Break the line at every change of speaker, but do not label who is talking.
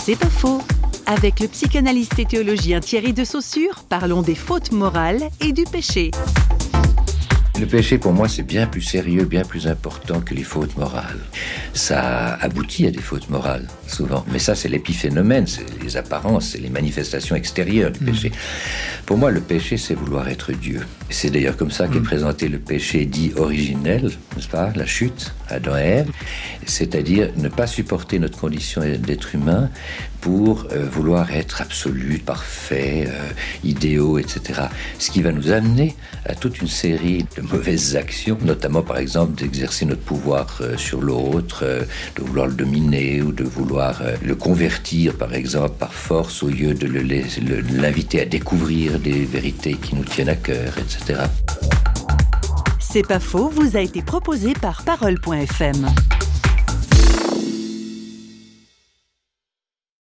C'est pas faux. Avec le psychanalyste et théologien Thierry de Saussure, parlons des fautes morales et du péché.
Le péché, pour moi, c'est bien plus sérieux, bien plus important que les fautes morales. Ça aboutit à des fautes morales, souvent. Mais ça, c'est l'épiphénomène, c'est les apparences, c'est les manifestations extérieures du péché. Pour moi, le péché, c'est vouloir être Dieu. C'est d'ailleurs comme ça qu'est présenté le péché dit originel, n'est-ce pas ? La chute, Adam et Ève. C'est-à-dire ne pas supporter notre condition d'être humain pour vouloir être absolu, parfait, idéaux, etc. Ce qui va nous amener à toute une série de mauvaises actions, notamment par exemple d'exercer notre pouvoir sur l'autre, de vouloir le dominer ou de vouloir le convertir par exemple par force au lieu de l'inviter à découvrir des vérités qui nous tiennent à cœur, etc.
C'est pas faux vous a été proposé par Parole.fm.